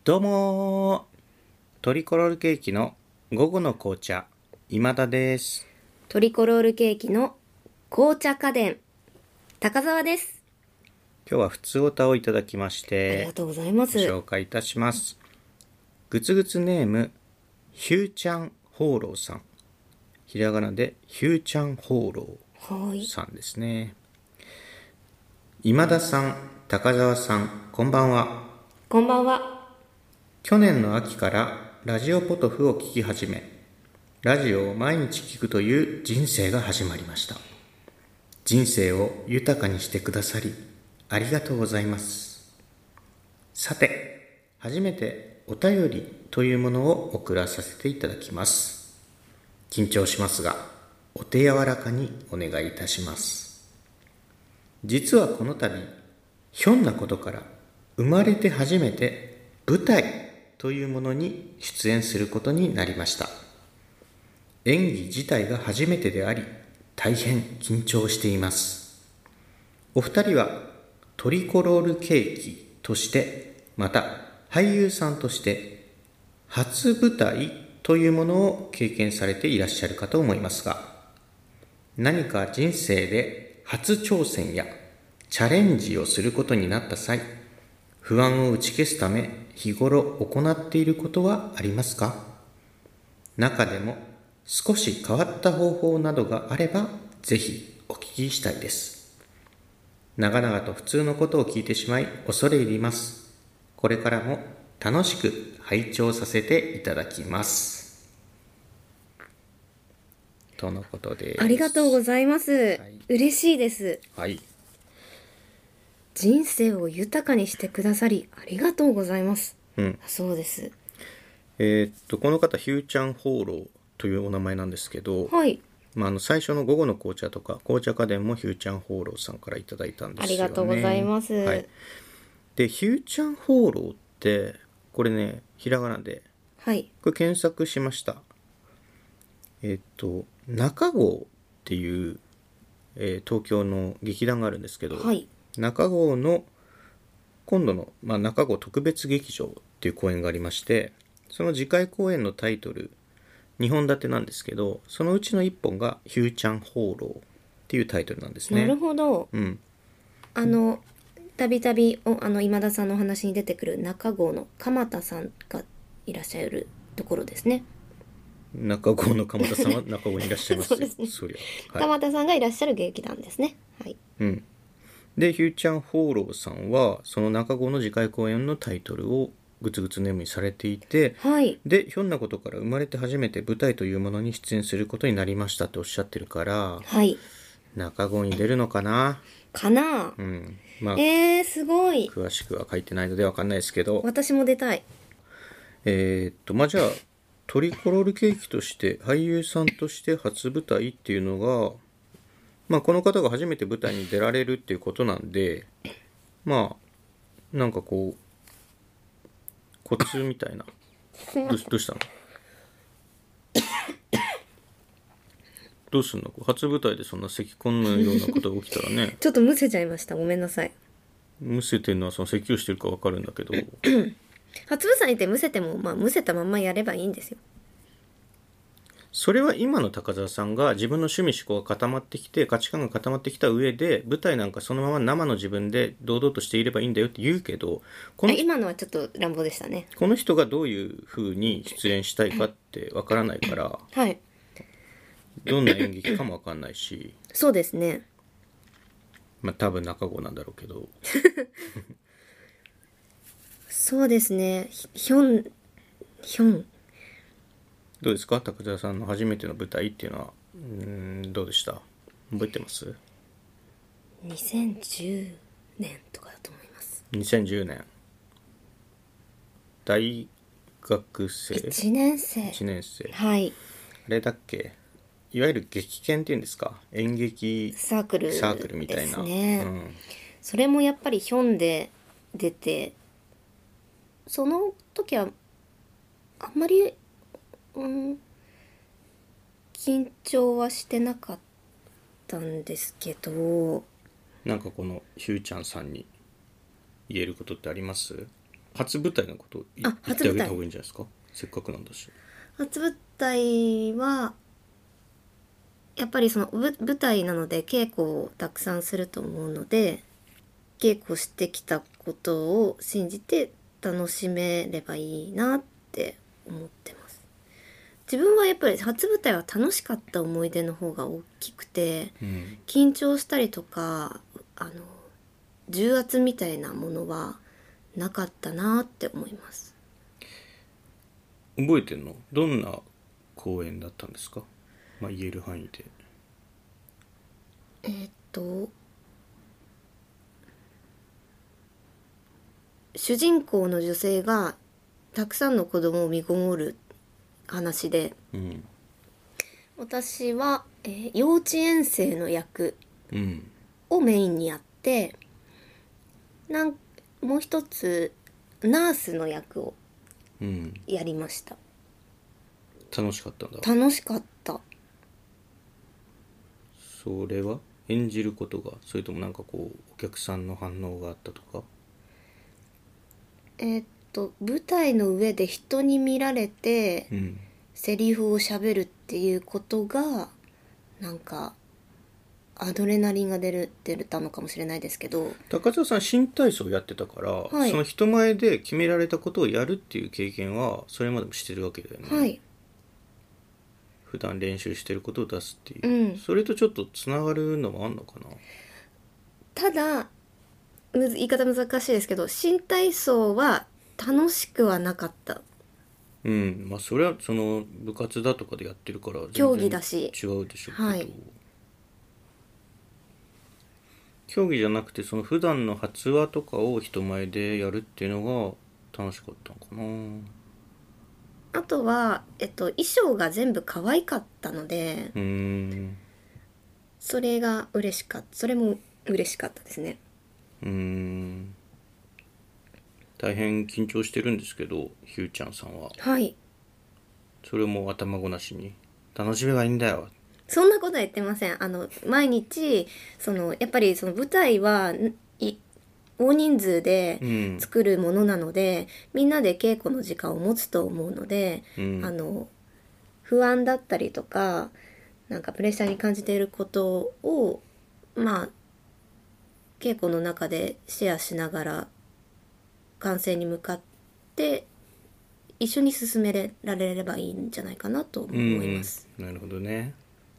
どうもトリコロールケーキの午後の紅茶今田です。 トリコロールケーキの紅茶家電高澤です。 今日は普通おたをいただきましありてがとうございまごす。 紹介いたします。グツグツネームヒューちゃんホーローさん、ひらがなでヒューちゃんホーローさんですね。今田さん、高澤さん、こんばんは。 こんばんは。 去年の秋からラジオポトフを聞き始め、ラジオを毎日聞くという人生が始まりました。人生を豊かにしてくださりありがとうございます。さて、初めてお便りというものを送らさせていただきます。緊張しますがお手柔らかにお願いいたします。実はこの度、ひょんなことから生まれて初めて舞台というものに出演することになりました。演技自体が初めてであり大変緊張しています。お二人はトリコロールケーキとして、また俳優さんとして初舞台というものを経験されていらっしゃるかと思いますが、何か人生で初挑戦やチャレンジをすることになった際、不安を打ち消すため日頃行っていることはありますか？中でも少し変わった方法などがあればぜひお聞きしたいです。長々と普通のことを聞いてしまい恐れ入ります。これからも楽しく拝聴させていただきます、とのことです。 ありがとうございます。 はい、 嬉しいです。 はい、 人生を豊かにしてくださりありがとうございます。そうです。 この方ヒューちゃんホーローというお名前なんですけど、 はい。 最初の午後の紅茶とか紅茶家電もヒューちゃんホーローさんからいただいたんですよね。 ありがとうございます。 はい、でヒューちゃんホーローってこれね、ひらがなで、 はい。 これ検索しました。中郷っていう、東京の劇団があるんですけど、 はい。 中郷の今度の、中郷特別劇場っていう公演がありまして、その次回公演のタイトル2本立てなんですけど、そのうちの1本がヒューちゃんホーローっていうタイトルなんですね。 なるほど。 うん、 たびたび今田さんのお話に出てくる中郷の鎌田さんがいらっしゃるところですね。 中郷の鎌田さんは中郷にいらっしゃいますよ。 そうですね。 そりゃ、はい、 鎌田さんがいらっしゃる劇団ですね。はい。 でヒューちゃんホーローさんはその中郷の次回公演のタイトルをグツグツネームにされていて、 はい。 でひょんなことから生まれて初めて舞台というものに出演することになりましたっておっしゃってるから、 はい。 中郷に出るのかな。 かな。すごい。 詳しくは書いてないので分かんないですけど、 私も出たい。 じゃあトリコロールケーキとして俳優さんとして初舞台っていうのが、この方が初めて舞台に出られるっていうことなんで、なんかこうコツみたいな。どうしたの？どうすんの？初舞台でそんな咳込むようなことが起きたらねちょっとむせちゃいました。ごめんなさい。 むせてるのはその咳をしてるか分かるんだけど初舞台でむせても、むせたままやればいいんですよ。 それは今の高澤さんが自分の趣味思考が固まってきて価値観が固まってきた上で、舞台なんかそのまま生の自分で堂々としていればいいんだよって言うけど、 今のはちょっと乱暴でしたね。 この人がどういう風に出演したいかって分からないからはい。 どんな演劇かも分かんないしそうですね。 多分中郷なんだろうけどそうですね。ひょん。 どうですか、高澤さんの初めての舞台っていうのはどうでした？覚えてます？ 2010年とかだと思います。 2010年大学生 1年生。 1年生、 はい。 あれだっけ、いわゆる劇研っていうんですか、演劇サークルみたいなですね。それもやっぱりひょんで出て、その時はあんまり、緊張はしてなかったんですけど、 なんかこのヒューちゃんさんに言えることってあります？ 初舞台のことを言ってあげた方がいいんじゃないですか、せっかくなんだし。 初舞台はやっぱりその舞台なので稽古をたくさんすると思うので、稽古してきたことを信じて楽しめればいいなって思ってます。自分はやっぱり初舞台は楽しかった思い出の方が大きくて、緊張したりとか重圧みたいなものはなかったなって思います。 覚えてんの？どんな公演だったんですか？まあ言える範囲で。 主人公の女性がたくさんの子供を身ごもる話で、私は、幼稚園生の役をメインにやって、もう一つナースの役をやりました。 楽しかったんだ。 楽しかった。 それは演じることが、それともなんかこうお客さんの反応があったとか？ 舞台の上で人に見られて、セリフを喋るっていうことがなんかアドレナリンが出たのかもしれないですけど。 高田さん新体操やってたから、その人前で決められたことをやるっていう経験はそれまでもしてるわけだよね。普段練習してることを出すっていう、それとちょっとつながるのもあんのかな。 ただ言い方難しいですけど、新体操は楽しくはなかった。 まあそれはその部活だとかでやってるから競技だし違うでしょうけど、競技じゃなくてその普段の発話とかを人前でやるっていうのが楽しかったのかな。 あとは、衣装が全部可愛かったので、それも嬉しかったですね。 大変緊張してるんですけど、ひゅーちゃんさんは。それも頭ごなしに楽しめばいいんだよ。 そんなことは言ってません。毎日やっぱりその舞台は大人数で作るものなので、みんなで稽古の時間を持つと思うので、不安だったりとかなんかプレッシャーに感じていることを稽古の中でシェアしながら完成に向かって一緒に進められればいいんじゃないかなと思います。 なるほどね。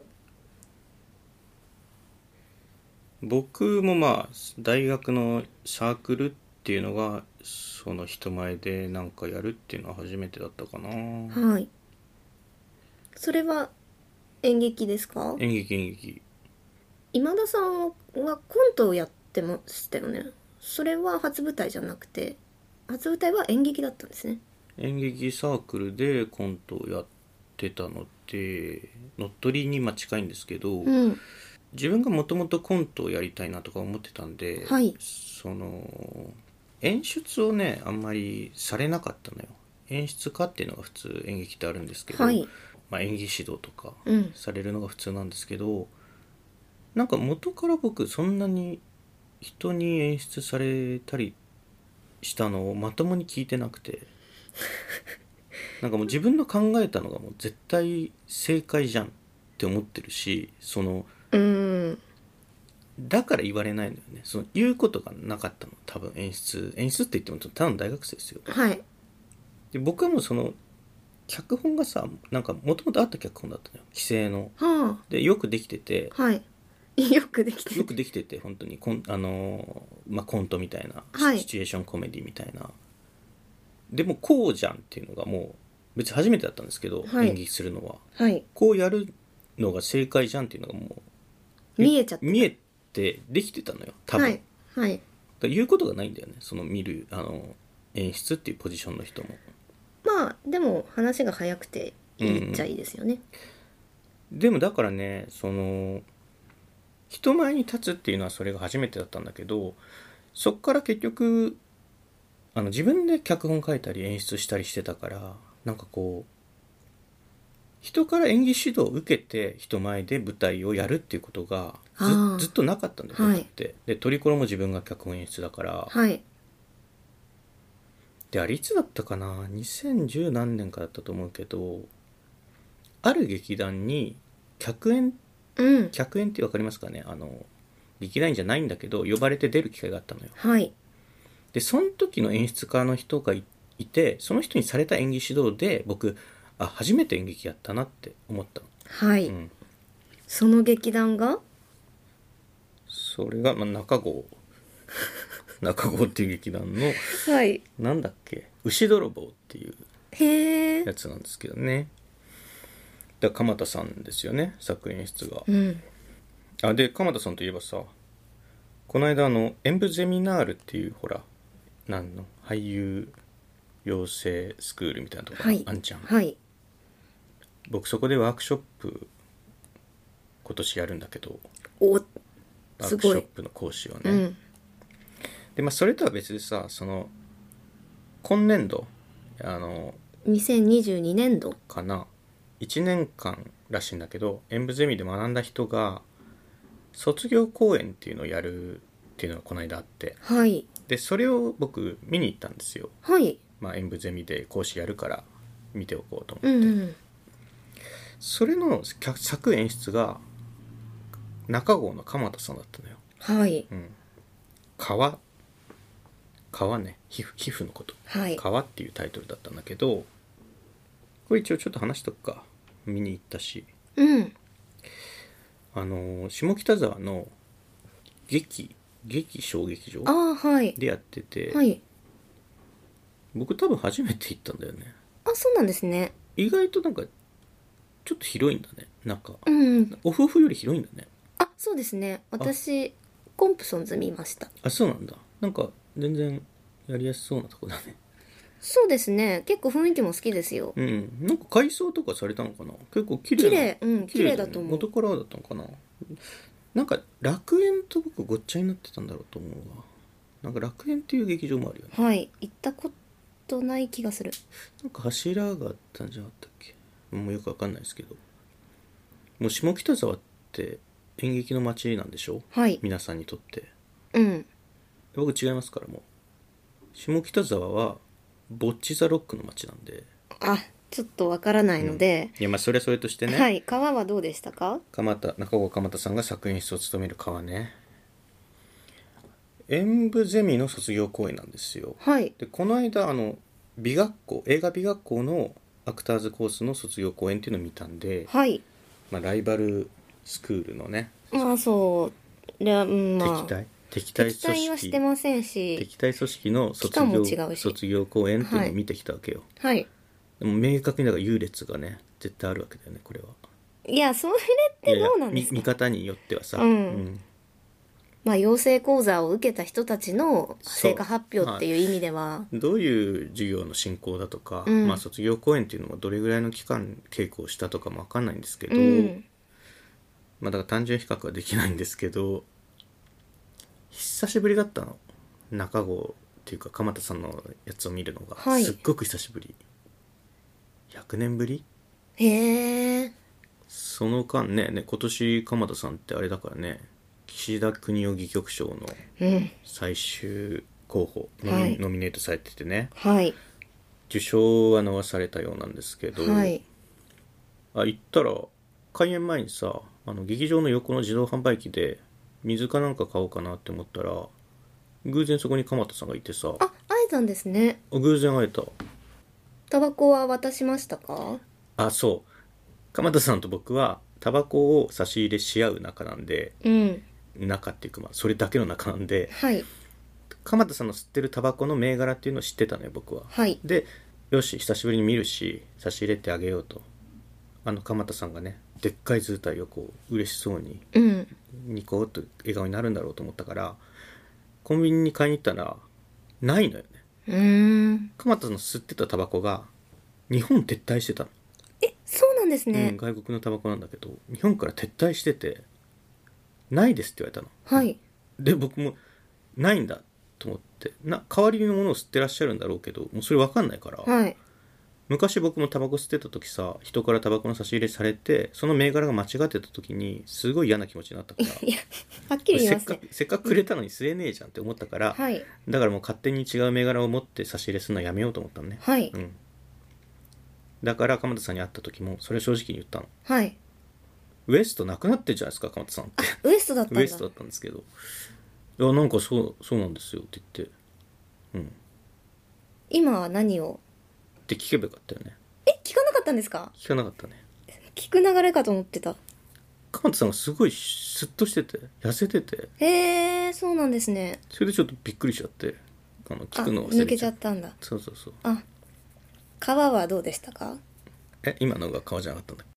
僕も大学のサークルっていうのがその人前でなんかやるっていうのは初めてだったかな。 それは演劇ですか？ 演劇。 今田さんはコントをやってましたよね。それは初舞台じゃなくて、初舞台は演劇だったんですね。 演劇サークルでコントをやってたので乗っ取りに近いんですけど、自分がもともとコントをやりたいなとか思ってたんで、その演出をねあんまりされなかったのよ。演出家っていうのが普通演劇ってあるんですけど、演技指導とかされるのが普通なんですけど、なんか元から僕そんなに人に演出されたりしたのをまともに聞いてなくてなんかもう自分の考えたのがもう絶対正解じゃんって思ってるし、だから言われないのよね。その言うことがなかったの。多分演出って言ってもただの大学生ですよ。で僕はもうその脚本がさ、なんかもともとあった脚本だったのよ、既成の。でよくできてて、よくできてて本当にコントみたいな、シチュエーションコメディみたいな。でもこうじゃんっていうのがもう別に初めてだったんですけど、演劇するのは、こうやるのが正解じゃんっていうのがもう見えてできてたのよ多分。だから言うことがないんだよね、その見る演出っていうポジションの人も。 でも話が早くていいっちゃいいですよね。 でもだからね、その人前に立つっていうのはそれが初めてだったんだけど、そっから結局自分で脚本書いたり演出したりしてたから、なんかこう人から演技指導を受けて人前で舞台をやるっていうことがずっとなかったんだよ、僕って。でトリコロも自分が脚本演出だから、 であれいつだったかな、2010何年かだったと思うけど、ある劇団に客演うん。 って分かりますかね、劇団員じゃないんだけど呼ばれて出る機会があったのよ。 はい。 でその時の演出家の人がいて、その人にされた演技指導で僕初めて演劇やったなって思ったの。 はい。 うん、 その劇団がそれが、中郷っていう劇団のはい。 なんだっけ、牛泥棒っていうへえ。 やつなんですけどね。だから鎌田さんですよね、作演出が。 うん。 で鎌田さんといえばさ、この間演舞ゼミナールっていうほら俳優養成スクールみたいなところはい。 あんじゃん、 はい。 僕そこでワークショップ今年やるんだけど、 お、 ワーすごい。 クショップの講師をね、 うん。 でそれとは別でさ、今年度 2022年度。 かな、1年間らしいんだけど、演舞ゼミで学んだ人が卒業公演っていうのをやるっていうのがこの間あって、 はい。 でそれを僕見に行ったんですよ。 はい。 演舞ゼミで講師やるから見ておこうと思って、 うんうん。 それの作演出が中郷の鎌田さんだったのよ。 はい。 皮ね、皮膚のこと、 はい。 皮っていうタイトルだったんだけど、これ一応ちょっと話しとくか。見に行ったし、 うん。 下北沢の劇小劇場ああ、はい。 でやってて、 はい。 僕多分初めて行ったんだよね。 あ、そうなんですね。 意外となんかちょっと広いんだね、中。 うん。 オフオフより広いんだね。 あ、そうですね。私、コンプソンズ見ました。 そうなんだ。なんか全然やりやすそうなとこだね。 そうですね。結構雰囲気も好きですよ。 うん、なんか改装とかされたのかな。結構綺麗綺麗だと思う。 元からだったのかな。なんか楽園と僕ごっちゃになってたんだろうと思うわ。なんか楽園っていう劇場もあるよね。 はい。行ったことない気がする。 なんか柱があったんじゃなかったっけ。もうよくわかんないですけど、もう下北沢って演劇の街なんでしょ。 はい。 皆さんにとって。 うん。 僕違いますから。もう下北沢はボッチザロックの街なんで。 あ、ちょっとわからないので、 いやそれはそれとしてね、 はい。川はどうでしたか？ 中郷鎌田さんが作演出を務める川ね、演舞ゼミの卒業公演なんですよ。 はい。 でこの間映画美学校のアクターズコースの卒業公演っていうのを見たんで、 はい。 ライバルスクールのね、 まあそう。まあ、 敵対組織、 敵対はしてませんし、 敵対組織の期間も違うし卒業公演っていうのを見てきたわけよ。 はい。 でも明確にだから優劣がね絶対あるわけだよね、これは。 いや、それってどうなんですか？ 見方によってはさ、 まあ、養成講座を受けた人たちの成果発表っていう意味では、 どういう授業の進行だとか、卒業公演っていうのもどれぐらいの期間稽古をしたとかも分かんないんですけど、だから単純比較はできないんですけど、久しぶりだったの、中郷っていうか鎌田さんのやつを見るのが、 はい、 すっごく久しぶり。100年ぶり。 へえ。 その間ね、今年鎌田さんってあれだからね、岸田邦夫戯曲賞の最終候補、ノミネートされててね、 はい、 受賞は逃されたようなんですけど、 はい、 行ったら開演前にさ、劇場の横の自動販売機で水かなんか買おうかなって思ったら、偶然そこに鎌田さんがいてさ。 あ、会えたんですね。 偶然会えた。 タバコは渡しましたか？ そう、鎌田さんと僕はタバコを差し入れし合う仲なんで、仲っていうかそれだけの仲なんで、 はい、 鎌田さんの吸ってるタバコの銘柄っていうのを知ってたのよ、僕は。 はい、 でよし久しぶりに見るし差し入れてあげようと、鎌田さんがねでっかい図体をこう嬉しそうに、ニコッと笑顔になるんだろうと思ったから、コンビニに買いに行ったらないのよね。鎌田さんの吸ってたタバコが日本撤退してたの。 そうなんですね。 外国のタバコなんだけど日本から撤退してて、ないですって言われたの。 はい。 で僕もないんだと思って、代わりのものを吸ってらっしゃるんだろうけど、もうそれ分かんないから、 はい。 昔僕もタバコ吸ってた時さ、人からタバコの差し入れされて、その銘柄が間違ってた時にすごい嫌な気持ちになったからいや、はっきり言いますね。 せっかくくれたのに吸えねえじゃんって思ったから、 はい。 だからもう勝手に違う銘柄を持って差し入れするのはやめようと思ったのね。 はい。 うん。だから鎌田さんに会った時もそれ正直に言ったの。 はい。 ウエストなくなってるじゃないですか、鎌田さんって。 ウエストだったんだ。 ウエストだったんですけど、いやなんかそうなんですよって言って、 今は何を？ って聞けばよかったよね。 聞かなかったんですか？ 聞かなかったね。 聞く流れかと思ってた。 鎌田さんがすごいスッとしてて痩せてて、 へえ、そうなんですね。 それでちょっとびっくりしちゃって、聞くのを忘抜けちれちゃっ。 ゃったんだ。 そうそうそう。 あ、皮はどうでしたか？ 今のが川じゃなかったんだ。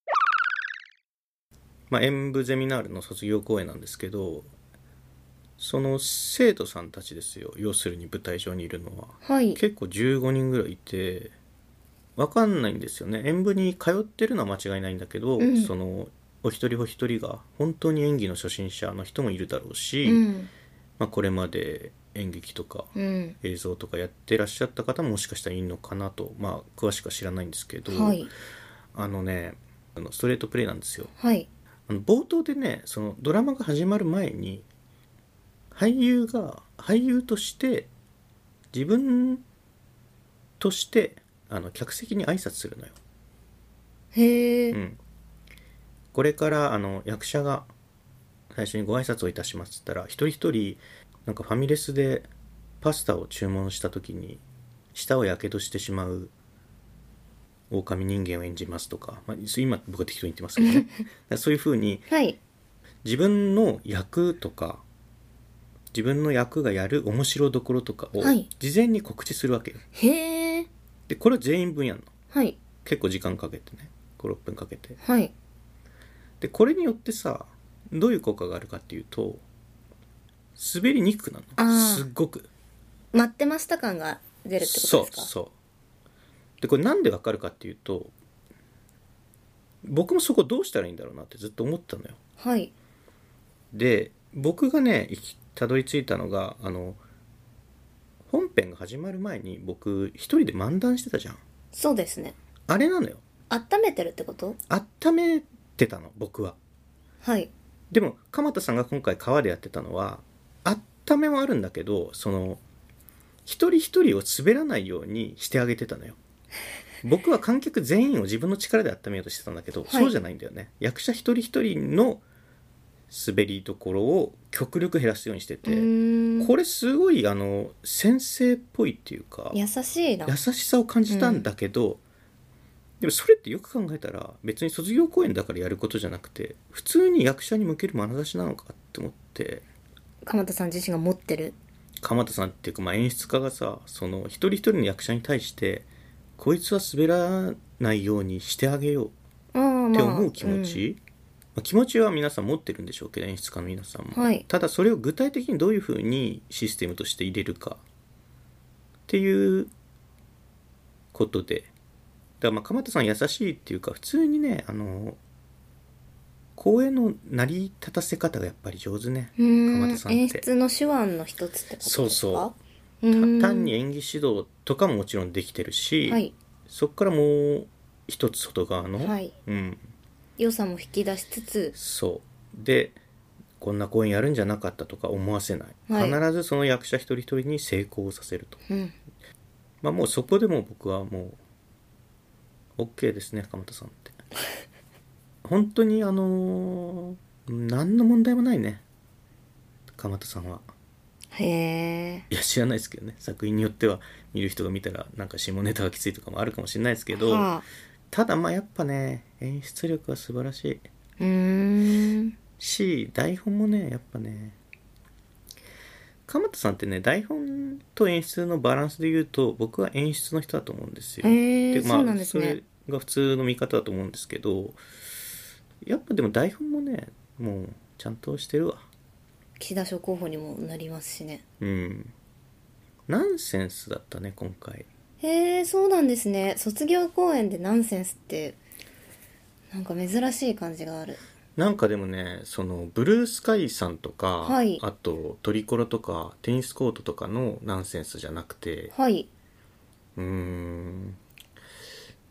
演舞ゼミナールの卒業公演なんですけど、その生徒さんたちですよ、要するに舞台上にいるのは。 はい。 結構15人ぐらいいて、わかんないんですよね。演舞に通ってるのは間違いないんだけど、そのお一人お一人が本当に演技の初心者の人もいるだろうし、これまで演劇とか映像とかやってらっしゃった方ももしかしたらいるのかなと、詳しくは知らないんですけど、 はい。 ストレートプレイなんですよ。 はい。 冒頭でね、そのドラマが始まる前に俳優が俳優として自分として客席に挨拶するのよ。 へえ。 これから役者が最初にご挨拶をいたしますって言ったら、一人一人なんかファミレスでパスタを注文した時に舌をやけどしてしまう狼人間を演じますとか、今僕は適当に言ってますけどねだからそういう風にはい。 自分の役とか自分の役がやる面白どころとかをはい事前に告知するわけよ。 へえ。 でこれを全員分やんの。 はい。 結構時間かけてね、5、6分かけて。 はい。 でこれによってさ、どういう効果があるかっていうと、滑りにくくなるの。すっごく待ってました感が出るってことですか？ そうで、これなんでわかるかっていうと、僕もそこどうしたらいいんだろうなってずっと思ったのよ。 はい。 で僕がねたどり着いたのが、本編が始まる前に僕一人で漫談してたじゃん。 そうですね。 あれなのよ。 温めてるってこと？ 温めてたの僕は。 はい。 でも鎌田さんが今回川でやってたのは温めもあるんだけど、その一人一人を滑らないようにしてあげてたのよ。僕は観客全員を自分の力で温めようとしてたんだけど、そうじゃないんだよね。役者一人一人の滑りどころを極力減らすようにしてて、これすごい先生っぽいっていうか優しいな。 優しさを感じたんだけど、でもそれってよく考えたら別に卒業公演だからやることじゃなくて、普通に役者に向ける眼差しなのかって思って。 鎌田さん自身が持ってる。 鎌田さんっていうか、演出家がさ、その一人一人の役者に対してこいつは滑らないようにしてあげようって思う気持ち、気持ちは皆さん持ってるんでしょうけど、演出家の皆さんも、 はい、 ただそれを具体的にどういうふうにシステムとして入れるかっていうことで、だから鎌田さん優しいっていうか、普通にね、公演の成り立たせ方がやっぱり上手ね、鎌田さんって。 演出の手腕の一つってことですか？ そう単に演技指導とかももちろんできてるし、 はい、 そこからもう一つ外側の、 はい、良さも引き出しつつ、 そうでこんな公演やるんじゃなかったとか思わせない、はい、必ずその役者一人一人に成功させると、もうそこでも僕はもう OK ですね、鎌田さんって本当に何の問題もないね、鎌田さんは。 へえ。 いや知らないですけどね、作品によっては見る人が見たらなんか下ネタがきついとかもあるかもしれないですけど、ただやっぱね、演出力は素晴らしいし、台本もねやっぱね、鎌田さんってね、台本と演出のバランスで言うと僕は演出の人だと思うんですよ。 そうなんですね。 それが普通の見方だと思うんですけど、やっぱでも台本もねもうちゃんとしてるわ。 岸田賞候補にもなりますしね。 ナンセンスだったね今回。 へえ、そうなんですね。卒業公演でナンセンスってなんか珍しい感じがある。 なんかでもね、そのブルースカイさんとか、 はい、 あとトリコロとかテニスコートとかのナンセンスじゃなくて、 はい、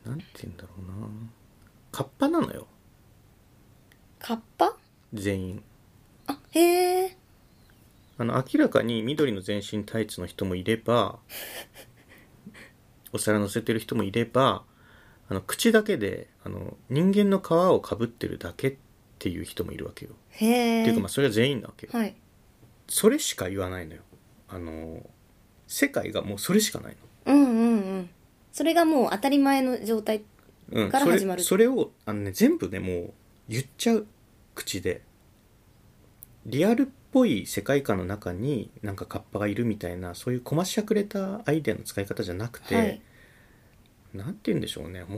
なんて言うんだろうな、カッパなのよカッパ？ 全員。 あ、へえ。 明らかに緑の全身タイツの人もいればお皿乗せてる人もいれば、口だけで人間の皮をかぶってるだけっていう人もいるわけよ。 へえ。 っていうかそれは全員なわけよ。 はい。 それしか言わないのよ。世界がもうそれしかないうんうんうん。それがもう当たり前の状態の。 から始まる。 それを全部ねもう言っちゃう、口で。リアルっぽい世界観の中になんかカッパがいるみたいな、そういうこましゃくれたアイデアの使い方じゃなくて、 はい。 なんて言うんでしょうね、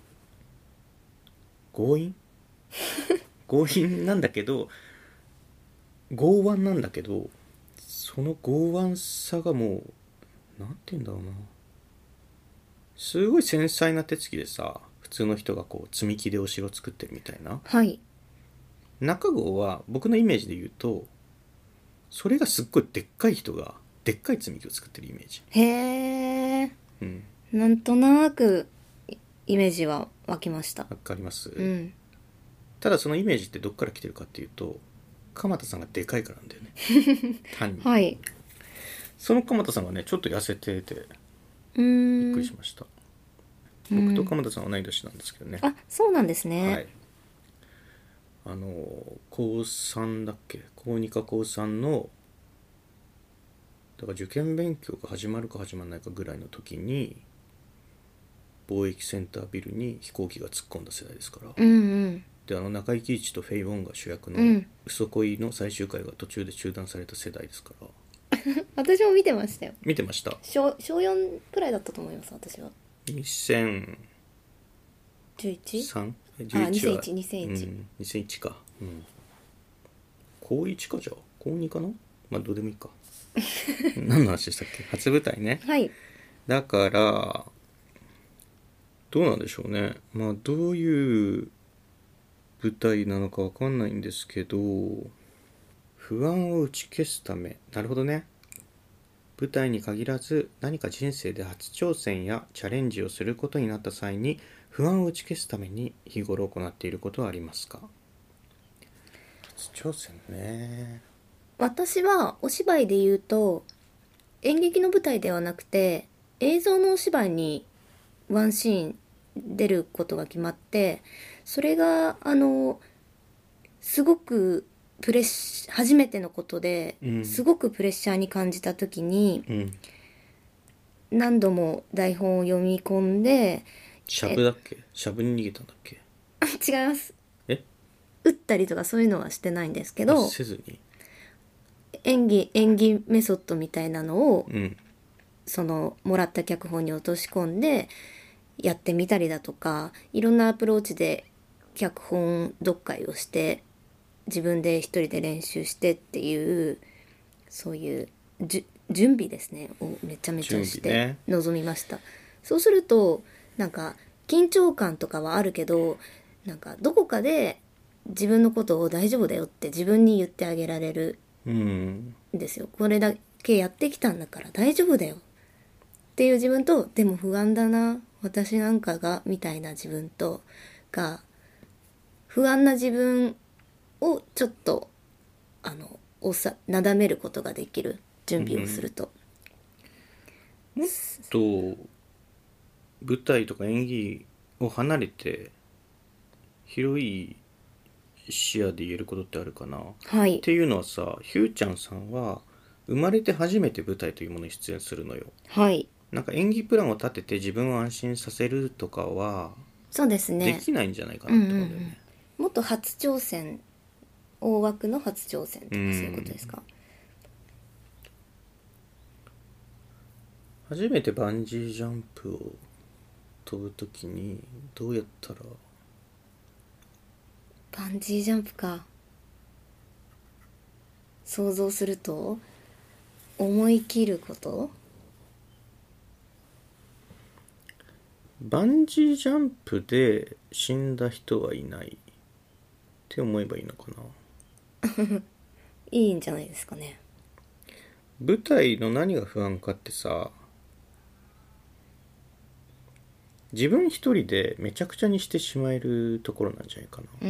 強引強引なんだけど、剛腕なんだけど、その剛腕さがもうなんて言うんだろうな、すごい繊細な手つきでさ、普通の人がこう積み木でお城作ってるみたいな。 はい。 中郷は僕のイメージで言うと、それがすっごいでっかい人がでっかい積み木を作ってるイメージ。 へえ。 うん。 なんとなくイメージは湧きました。 わかります、 うん。 ただそのイメージってどっから来てるかっていうと、鎌田さんがでかいからなんだよね単に。 はい。 その鎌田さんがねちょっと痩せててうーん。 びっくりしました。僕と鎌田さんは同い年なんですけどね。 あ、そうなんですね。 はい。高3だっけ、高2か高3の、だから受験勉強が始まるか始まらないかぐらいの時に貿易センタービルに飛行機が突っ込んだ世代ですから。 うんうん。 で中井貴一とフェイ・ウォンが主役のうん嘘恋の最終回が途中で中断された世代ですから。 私も見てましたよ。 見てました。 小4くらいだったと思います、私は。 2003 11？ 11は 2001、2001。 うん、2001か、うん、高1か、じゃあ高2かな、まあどうでもいいか何の話でしたっけ、初舞台ね。 はい。 だからどうなんでしょうね、まあどういう舞台なのかわかんないんですけど、不安を打ち消すため、なるほどね、舞台に限らず何か人生で初挑戦やチャレンジをすることになった際に不安を打ち消すために日頃行っていることはありますか？初挑戦ね。 私はお芝居で言うと、演劇の舞台ではなくて、映像のお芝居にワンシーン出ることが決まって、それが、すごく初めてのことで、すごくプレッシャーに感じた時に、 うん。 何度も台本を読み込んで、 シャブだっけ、シャブに逃げたんだっけ。 違います。 え打ったりとかそういうのはしてないんですけど、 せずに。 演技メソッドみたいなのを、 うん。 そのもらった脚本に落とし込んでやってみたりだとか、いろんなアプローチで脚本読解をして自分で一人で練習してっていう、そういう準備ですねをめちゃめちゃして臨みました。そうするとなんか緊張感とかはあるけど、なんかどこかで自分のことを大丈夫だよって自分に言ってあげられるうん。 んですよ。これだけやってきたんだから大丈夫だよっていう自分と、でも不安だな私なんかがみたいな自分とが、不安な自分をちょっとなだめることができる準備をすると、 もっと舞台とか演技を離れて広い視野で言えることってあるかな。 はいっていうのはさ、ひゅーちゃんさんは生まれて初めて舞台というものに出演するのよ。 はいなんか演技プランを立てて自分を安心させるとかはそうですね。 できないんじゃないかなって思うんだよね。 もっと初挑戦、大枠の初挑戦とかそういうことですか？ 初めてバンジージャンプを飛ぶときにどうやったら。 バンジージャンプか。想像すると思い切ること。 バンジージャンプで死んだ人はいないって思えばいいのかな。 いいんじゃないですかね。 舞台の何が不安かってさ、 自分一人でめちゃくちゃにしてしまえるところなんじゃないかな。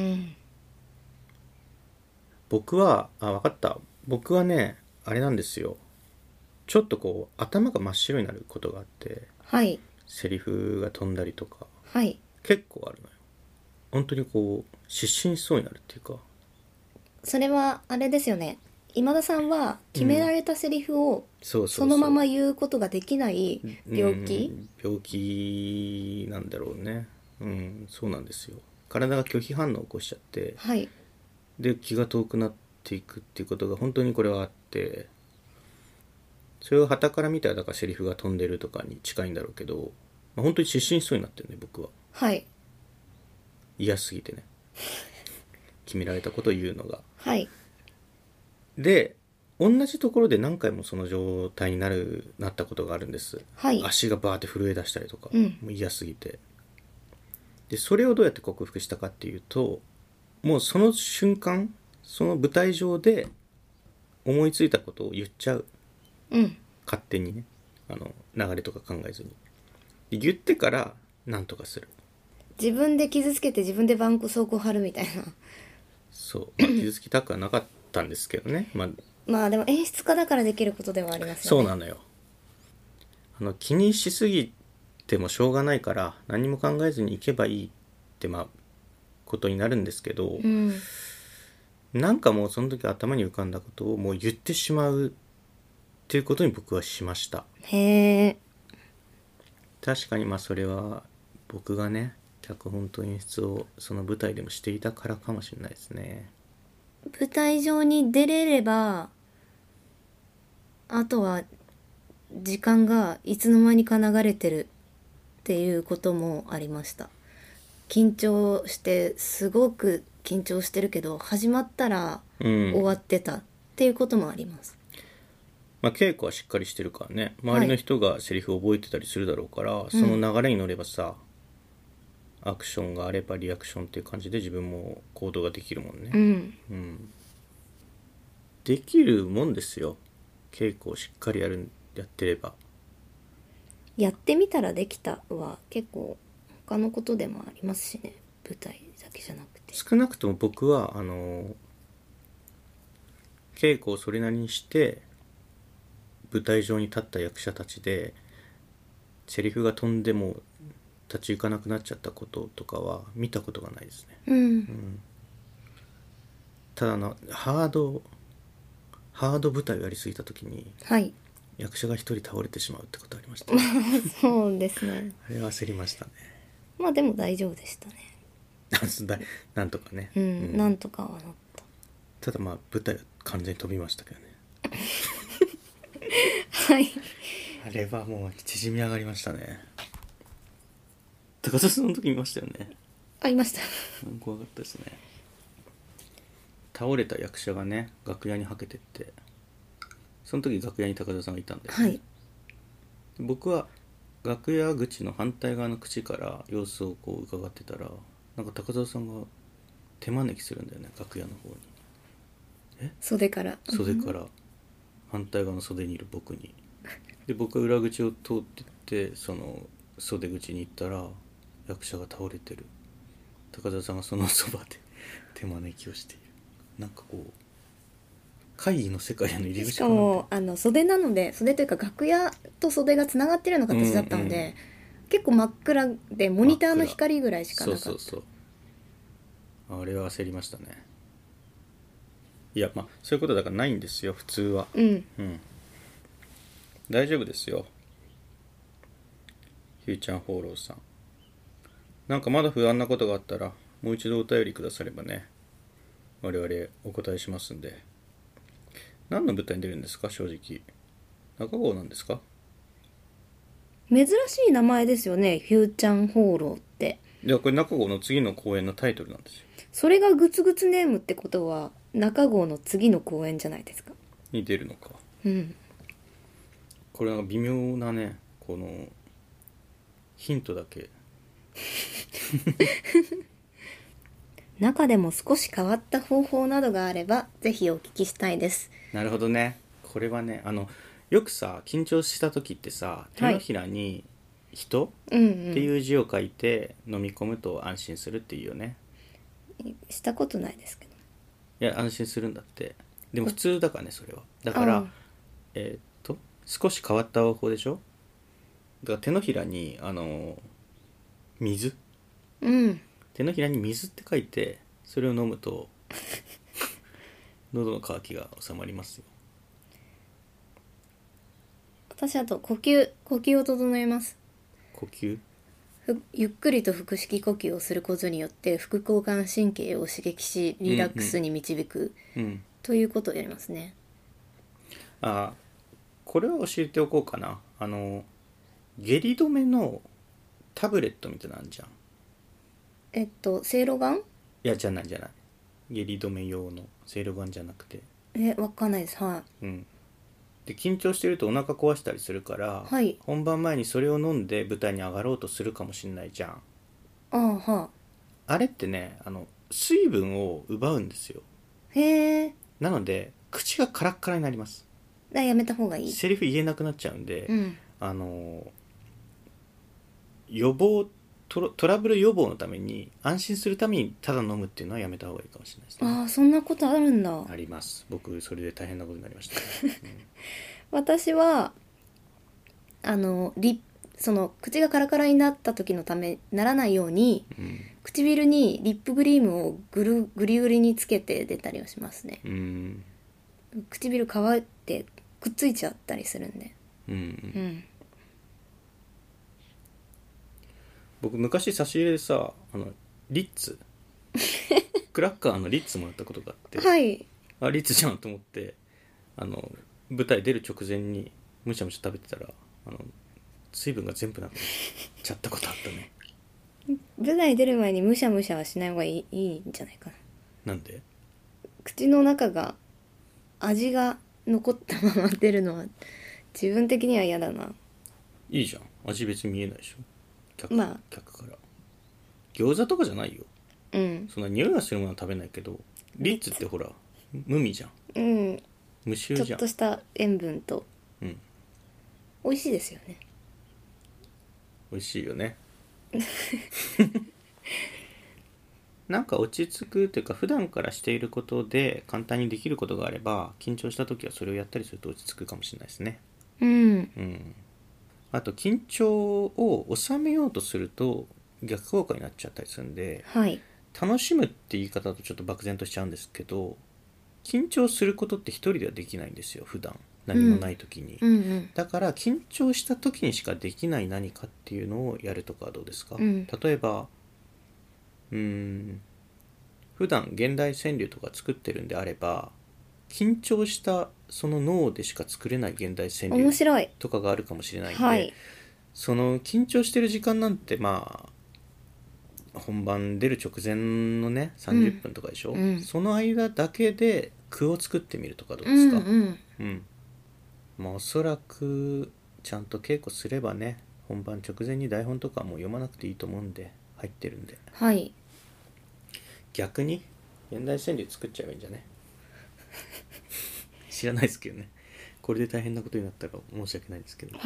僕は分かった。僕はねあれなんですよ。ちょっとこう頭が真っ白になることがあって、 はい。 セリフが飛んだりとかはい。 結構あるのよ。本当にこう失神しそうになるっていうか。 それはあれですよね。今田さんは決められたセリフをそうそうそそうのまま言うことができない病気。 病気なんだろうね。そうなんですよ。体が拒否反応を起こしちゃって、 はい。 で気が遠くなっていくっていうことが本当にこれはあって、それを傍から見たらだからセリフが飛んでるとかに近いんだろうけど、本当に失神しそうになってるね僕は。 はい。 嫌すぎてね、決められたことを言うのが。 はい。 で同じところで何回もその状態になったことがあるんです。 はい。 足がバーって震え出したりとか、 うんもう嫌すぎて。でそれをどうやって克服したかっていうと、もうその瞬間その舞台上で思いついたことを言っちゃう。 うん。 勝手にね、流れとか考えずに。で言ってから何とかする。 自分で傷つけて自分で絆創膏貼るみたいな。 そう、傷つきたくはなかったんですけどね。 まあでも演出家だからできることではありますよね。 そうなのよ。気にしすぎてもしょうがないから何も考えずにいけばいいってことになるんですけど、 うん。 なんかもうその時頭に浮かんだことをもう言ってしまうっていうことに僕はしました。 へえ。 確かにそれは僕がね脚本と演出をその舞台でもしていたからかもしれないですね。 舞台上に出れれば、あとは時間がいつの間にか流れてるっていうこともありました。緊張してすごく緊張してるけど始まったら終わってたっていうこともあります。 稽古はしっかりしてるからね、周りの人がセリフを覚えてたりするだろうから、その流れに乗ればさ、アクションがあればリアクションっていう感じで自分も行動ができるもんね。できるもんですよ、稽古をしっかりやってれば。 やってみたらできたは結構他のことでもありますしね、舞台だけじゃなくて。 少なくとも僕は稽古をそれなりにして舞台上に立った役者たちでセリフが飛んでも立ち行かなくなっちゃったこととかは見たことがないですね。ただハード舞台をやりすぎた時に、 はい。 役者が一人倒れてしまうってことありました、 そうですね。 あれは焦りましたね。 まあでも大丈夫でしたね。 なんとかね、 なんとかはなった。 ただ舞台は完全に飛びましたけどね。 はい。 あれはもう縮み上がりましたね。高田さんの時見ましたよね。 いました。 怖かったですね。倒れた役者がね楽屋にはけてって、その時楽屋に高田さんがいたんで、 はい。 僕は楽屋口の反対側の口から様子をこう伺ってたら、なんか高田さんが手招きするんだよね、楽屋の方に。 袖から反対側の袖にいる僕に。で僕は裏口を通ってってその袖口に行ったら役者が倒れてる。高田さんがそのそばで手招きをしている。なんかこう会議の世界への入り口しかも袖なので、袖というか楽屋と袖がつながってるような形だったので、結構真っ暗でモニターの光ぐらいしかなかった。 そうあれは焦りましたね。いやそういうことだからないんですよ普通は。大丈夫ですよ。ひゅーちゃん放浪さん、なんかまだ不安なことがあったらもう一度お便りくださればね、我々お答えしますんで。何の舞台に出るんですか？正直中郷なんですか？ 珍しい名前ですよね、ひゅーちゃん放浪って。 いやこれ中郷の次の公演のタイトルなんですよ。 それがグツグツネームってことは中郷の次の公演じゃないですか。 に出るのか。これなんか微妙なね、このヒントだけ中でも少し変わった方法などがあればぜひお聞きしたいです。 なるほどね。これはねよくさ緊張した時ってさ手のひらに人うんっていう字を書いて飲み込むと安心するっていうよね。 したことないですけど。 いや安心するんだって。でも普通だからねそれは。だかあら少し変わった方法でしょ。だから手のひらに水、 うん手のひらに水って書いてそれを飲むと喉の渇きが収まりますよ。 私あと呼吸を整えます。 呼吸。 ゆっくりと腹式呼吸をすることによって副交感神経を刺激しリラックスに導く、 うんということをやりますね。 これは教えておこうかな。下痢止めのタブレットみたいなのあんじゃん。 せいろがん？ いやじゃない下痢止め用のせいろがんじゃなくて。 わかんないです。はで緊張してるとお腹壊したりするから、 はい。 本番前にそれを飲んで舞台に上がろうとするかもしんないじゃん。あれってね水分を奪うんですよ。 へえ。 なので口がカラッカラになります。 やめた方がいい。 セリフ言えなくなっちゃうんで、 うん予防トラブル予防のために安心するためにただ飲むっていうのはやめた方がいいかもしれないですね。 そんなことあるんだ。 あります。僕それで大変なことになりました、 私はその口がカラカラになった時のためならないように、唇にリップクリームをグリグリにつけて出たりはしますね。唇乾いてくっついちゃったりするんで。 僕昔差し入れでさリッツクラッカーのリッツもらったことがあって、 はい。 リッツじゃんと思って舞台出る直前にむしゃむしゃ食べてたら水分が全部なくなっちゃったことあったね。 舞台出る前にむしゃむしゃはしない方がいいんじゃないかな。 なんで？ 口の中が味が残ったまま出るのは自分的には嫌だな。 いいじゃん、味別に見えないでしょ。客から餃子とかじゃないよ。そんな匂いがするものは食べないけど、リッツってほら無味じゃん。無臭じゃん。 ちょっとした塩分と、美味しいですよね。 美味しいよねなんか落ち着くというか普段からしていることで簡単にできることがあれば緊張した時はそれをやったりすると落ち着くかもしれないですね。あと緊張を収めようとすると逆効果になっちゃったりするんで、楽しむって言い方だとちょっと漠然としちゃうんですけど、緊張することって一人ではできないんですよ普段何もない時に、だから緊張した時にしかできない何かっていうのをやるとかはどうですか。例えば普段現代川柳とか作ってるんであれば緊張したその脳でしか作れない現代川柳とかがあるかもしれないんで、その緊張してる時間なんて本番出る直前のね30分とかでしょ、その間だけで句を作ってみるとかどうですか。おそらくちゃんと稽古すればね本番直前に台本とかも読まなくていいと思うんで入ってるんで、逆に現代川柳作っちゃえばいいんじゃね知らないですけどね。これで大変なことになったら申し訳ないですけど。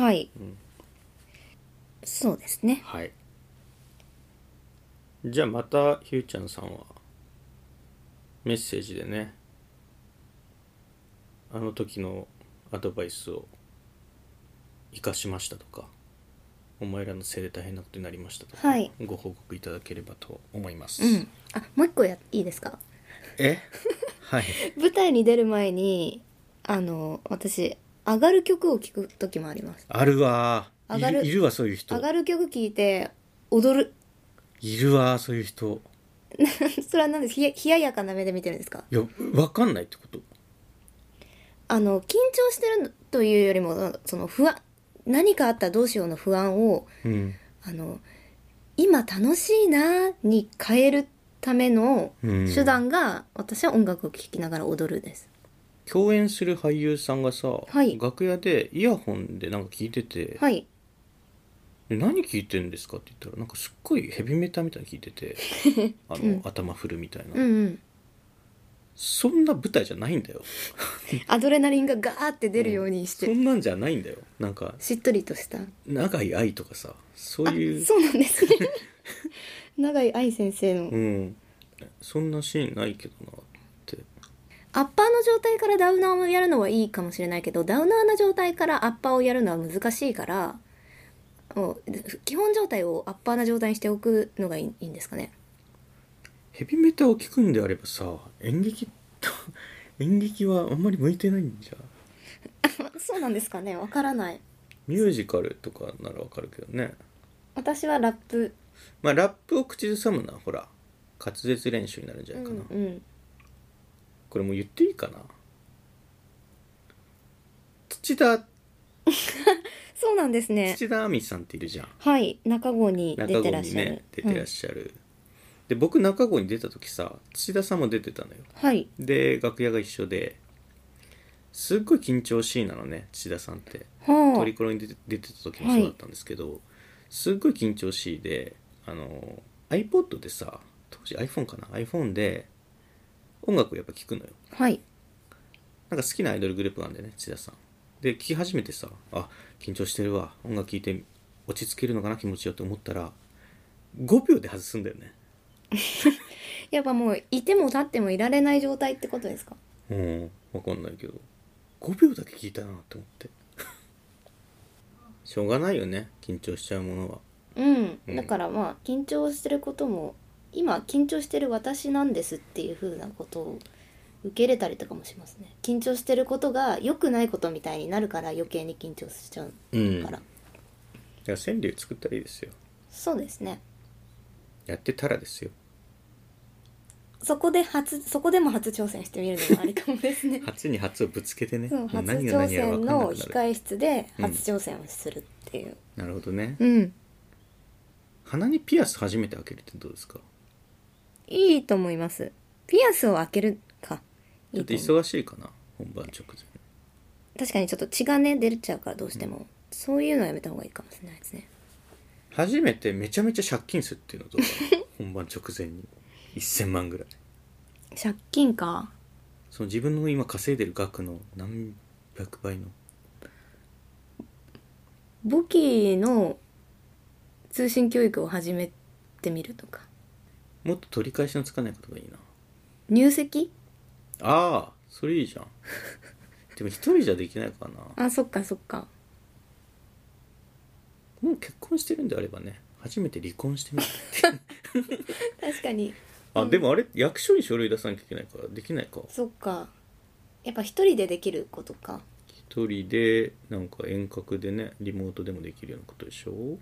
そうですね。 じゃあまたひゅーちゃんさんはメッセージでねあの時のアドバイスを生かしましたとかお前らのせいで大変なことになりましたとか、ご報告いただければと思います。 もう一個いいですか。舞台に出る前に私上がる曲を聴く時もあります。 あるわ。いるわそういう人。 上がる曲聴いて踊る。 いるわそういう人それは何です。冷ややかな目で見てるんですか。 いや分かんないってこと。 緊張してるというよりもその不安、何かあったらどうしようの不安を、今楽しいなに変えるための手段が、私は音楽を聴きながら踊るです。 共演する俳優さんがさ、楽屋でイヤホンでなんか聞いてて、何聞いてんですかって言ったらなんかすっごいヘビメタみたいに聞いてて頭振るみたいな、 そんな舞台じゃないんだよ。 アドレナリンがガーって出るようにして、 そんなんじゃないんだよ。なんかしっとりとした長井愛とかさ、そういうそうなんですね永井愛先生の、 そんなシーンないけどなって。 アッパーの状態からダウナーをやるのはいいかもしれないけど、ダウナーな状態からアッパーをやるのは難しいから、もう基本状態をアッパーな状態にしておくのがいいんですかね。 ヘビメタを聞くんであればさ、演劇はあんまり向いてないんじゃ。 そうなんですかね、わからない。 ミュージカルとかならわかるけどね。 私はラップ、 まあラップを口ずさむのはほら滑舌練習になるんじゃないかな、これもう言っていいかな。土田そうなんですね。 土田亜美さんっているじゃん。 はい、中郷に出てらっしゃる。 ね、出てらっしゃる、で僕中郷に出た時さ、土田さんも出てたのよ。 はい。 で楽屋が一緒ですっごい緊張しいなのね、土田さんって。 はあ、 トリコロに出てた時もそうだったんですけど、すっごい緊張しいで、iPod でさ、当時 iPhone かな、 iPhone で音楽をやっぱ聴くのよ。 はい。 なんか好きなアイドルグループなんでね、千田さんで聴き始めてさ、あ、緊張してるわ、音楽聴いて落ち着けるのかな気持ちよって思ったら5秒で外すんだよね。 やっぱもういても立ってもいられない状態ってことですか。 分かんないけど5秒だけ聞いたなって思ってしょうがないよね、緊張しちゃうものは。 だからまあ緊張してることも、今緊張してる私なんですっていう風なことを受け入れたりとかもしますね。緊張してることが良くないことみたいになるから余計に緊張しちゃうから、 だから川柳作ったらいいですよ。 そうですね。 やってたらですよ。 そこでも初挑戦してみるのもありかもですね初に初をぶつけてね、 そう、初何が挑何やら分戦のかんなくなる。 控室で初挑戦をするっていう、 なるほどね。鼻にピアス初めて開けるってどうですか。 いいと思います。ピアスを開けるか、 ちょっと忙しいかな、本番直前。 確かにちょっと血がね出ちゃうからどうしても、そういうのはやめた方がいいかもしれないですね。 初めてめちゃめちゃ借金するっていうのどうかな本番直前に1000万ぐらい。 借金か。 その自分の今稼いでる額の何百倍の。 簿記の通信教育を始めてみるとか。 もっと取り返しのつかないことがいいな。 入籍。 ああ、それいいじゃんでも一人じゃできないからな。 あ、そっかそっか。 もう結婚してるんであればね、初めて離婚してみる確かに。 でもあれ役所に書類出さなきゃいけないからできないか。 そっか。やっぱ一人でできることか。 一人でなんか遠隔でね、リモートでもできるようなことでしょ。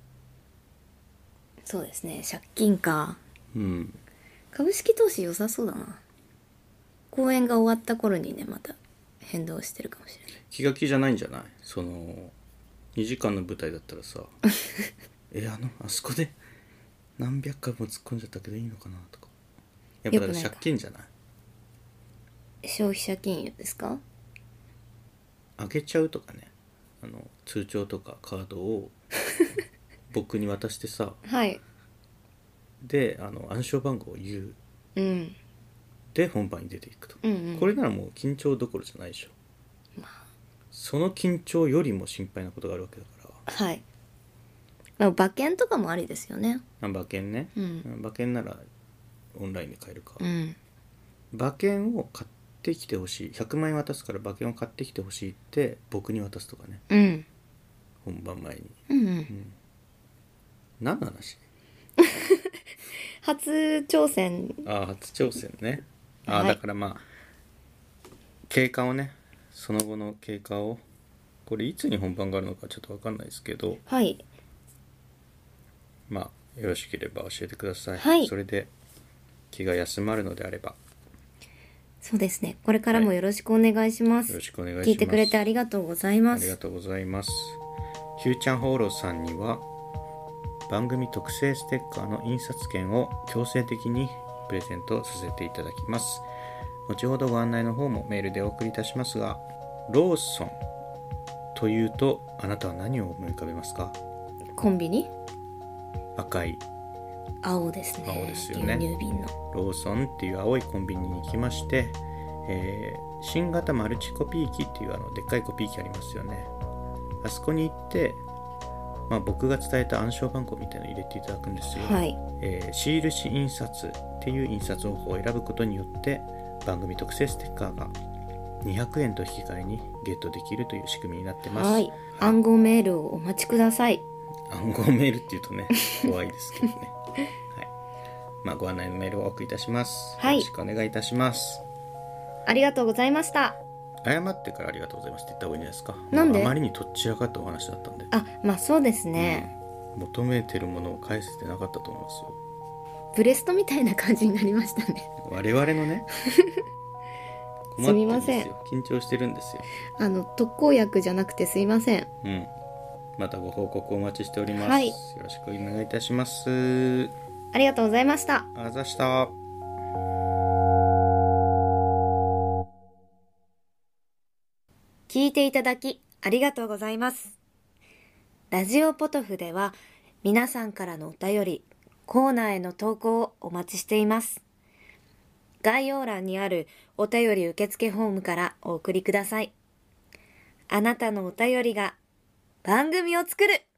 そうですね、借金か。 うん株式投資良さそうだな。公演が終わった頃にね、また変動してるかもしれない。 気が気じゃないんじゃない。その2時間の舞台だったらさあそこで何百回も突っ込んじゃったけどいいのかなとか。やっぱだから借金じゃない。 消費者金融ですか。 あげちゃうとかね、通帳とかカードを僕に渡してさはいで暗証番号を言う、で本番に出ていくと、これならもう緊張どころじゃないでしょ、その緊張よりも心配なことがあるわけだから。 はい。まあ、馬券とかもありですよね。 馬券ね、馬券ならオンラインで買えるか、馬券を買ってきてほしい、100万円渡すから馬券を買ってきてほしいって僕に渡すとかね、本番前に、何の話。 初挑戦。 初挑戦ね。 はい、 だからまあ経過をね、その後の経過を、これいつに本番があるのかちょっと分かんないですけど、 はい、 まあよろしければ教えてください、 はい、 それで気が休まるのであれば。 そうですね、これからもよろしくお願いします、 よろしくお願いします。 聞いてくれてありがとうございます。 ありがとうございます。ヒューちゃんホーローさんには番組特製ステッカーの印刷券を強制的にプレゼントさせていただきます。後ほどご案内の方もメールでお送りいたしますが、ローソンというとあなたは何を思い浮かべますか。 コンビニ。 赤い青ですね。 青ですよね。 牛乳瓶のローソンっていう青いコンビニに行きまして、新型マルチコピー機っていうでっかいコピー機ありますよね。あそこに行って、僕が伝えた暗証番号みたいなの入れていただくんですよ。 はい。 印印刷っていう印刷方法を選ぶことによって番組特製ステッカーが200円と引き換えにゲットできるという仕組みになってます。 はい。暗号メールをお待ちください。 暗号メールっていうとね怖いですけどね。はい。ご案内のメールをお送りいたします。 はいよろしくお願いいたします。 ありがとうございました。 謝ってからありがとうございますって言った方がいいんじゃないですか。 なんで？ あまりにとっちらかったお話だったんで。 そうですね。 求めてるものを返せてなかったと思いますよ。 ブレストみたいな感じになりましたね。 我々のねすみません。 緊張してるんですよ。 特効薬じゃなくてすいません。 またご報告お待ちしております。 はい。 よろしくお願いいたします。 ありがとうございました。 あざした。 聞いていただきありがとうございます。ラジオポトフでは皆さんからのお便り、コーナーへの投稿をお待ちしています。概要欄にあるお便り受付フォームからお送りください。あなたのお便りが番組を作る